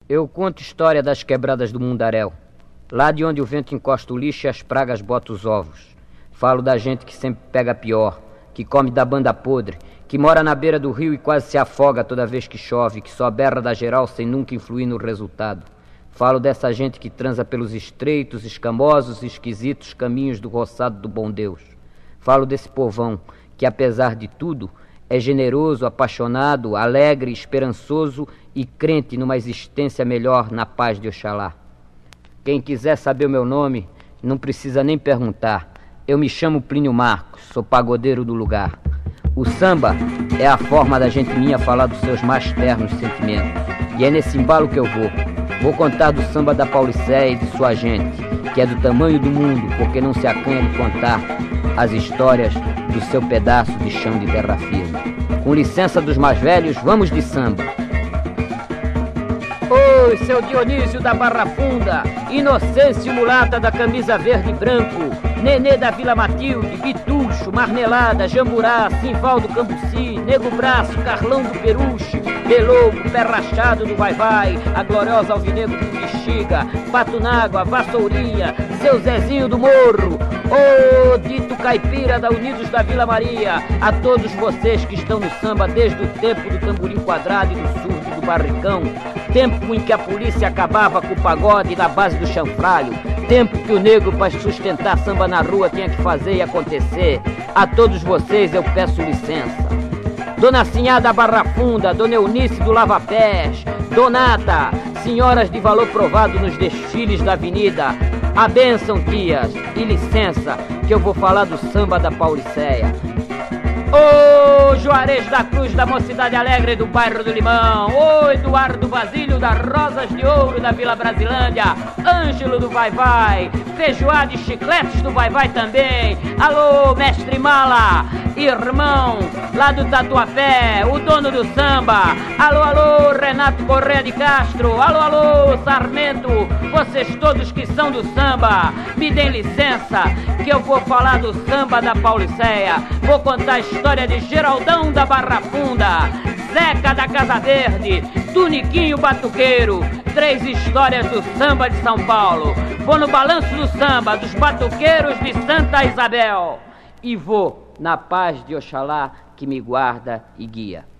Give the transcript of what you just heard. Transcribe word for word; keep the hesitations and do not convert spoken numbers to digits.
Eu conto história das quebradas do Mundaréu, lá de onde o vento encosta o lixo e as pragas botam os ovos. Falo da gente que sempre pega pior, que come da banda podre, que mora na beira do rio e quase se afoga toda vez que chove, que só berra da geral sem nunca influir no resultado. Falo dessa gente que transa pelos estreitos, escamosos e esquisitos caminhos do roçado do bom Deus. Falo desse povão que, apesar de tudo, é generoso, apaixonado, alegre, esperançoso e crente numa existência melhor na paz de Oxalá. Quem quiser saber o meu nome, não precisa nem perguntar. Eu me chamo Plínio Marcos, sou pagodeiro do lugar. O samba é a forma da gente minha falar dos seus mais ternos sentimentos. E é nesse embalo que eu vou. Vou contar do samba da Paulicéia e de sua gente, que é do tamanho do mundo, porque não se acanha de contar as histórias do seu pedaço de chão de terra firme. Com licença dos mais velhos, vamos de samba. Oi, seu Dionísio da Barra Funda, Inocêncio mulata da camisa verde e branco, Nenê da Vila Matilde, Bitucho, Marmelada, Jamburá, Simval do Cambuci, Nego Braço, Carlão do Peruche, Belobo, Pé Rachado do Vai-Vai, a gloriosa Alvinegro do Bexiga, Patunágua, Vassourinha, seu Zezinho do Morro, ô dito caipira da Unidos da Vila Maria, a todos vocês que estão no samba desde o tempo do tamborim quadrado e do surdo do barricão, tempo em que a polícia acabava com o pagode na base do chanfralho, tempo que o negro para sustentar samba na rua tinha que fazer e acontecer. A todos vocês eu peço licença. Dona Sinhá da Barra Funda, Dona Eunice do Lava Pés, Donata, senhoras de valor provado nos desfiles da avenida, a bênção, tias, e licença que eu vou falar do samba da Paulicéia. Ô Juarez da Cruz da Mocidade Alegre do bairro do Limão, ô Eduardo Basílio das Rosas de Ouro da Vila Brasilândia, Ângelo do Vai-Vai, Feijoada e Chicletes do Vai-Vai também, alô mestre Mala, irmão lá do Tatuapé, o dono do samba, alô alô Renato Correia de Castro, alô alô Sarmento, vocês todos que são do samba, me deem licença que eu vou falar do samba da Paulicéia, vou contar a história de Geraldão da Barra Funda, Zeca da Casa Verde, Tuniquinho Batuqueiro, três histórias do samba de São Paulo. Vou no balanço do samba dos batuqueiros de Santa Isabel e vou na paz de Oxalá que me guarda e guia.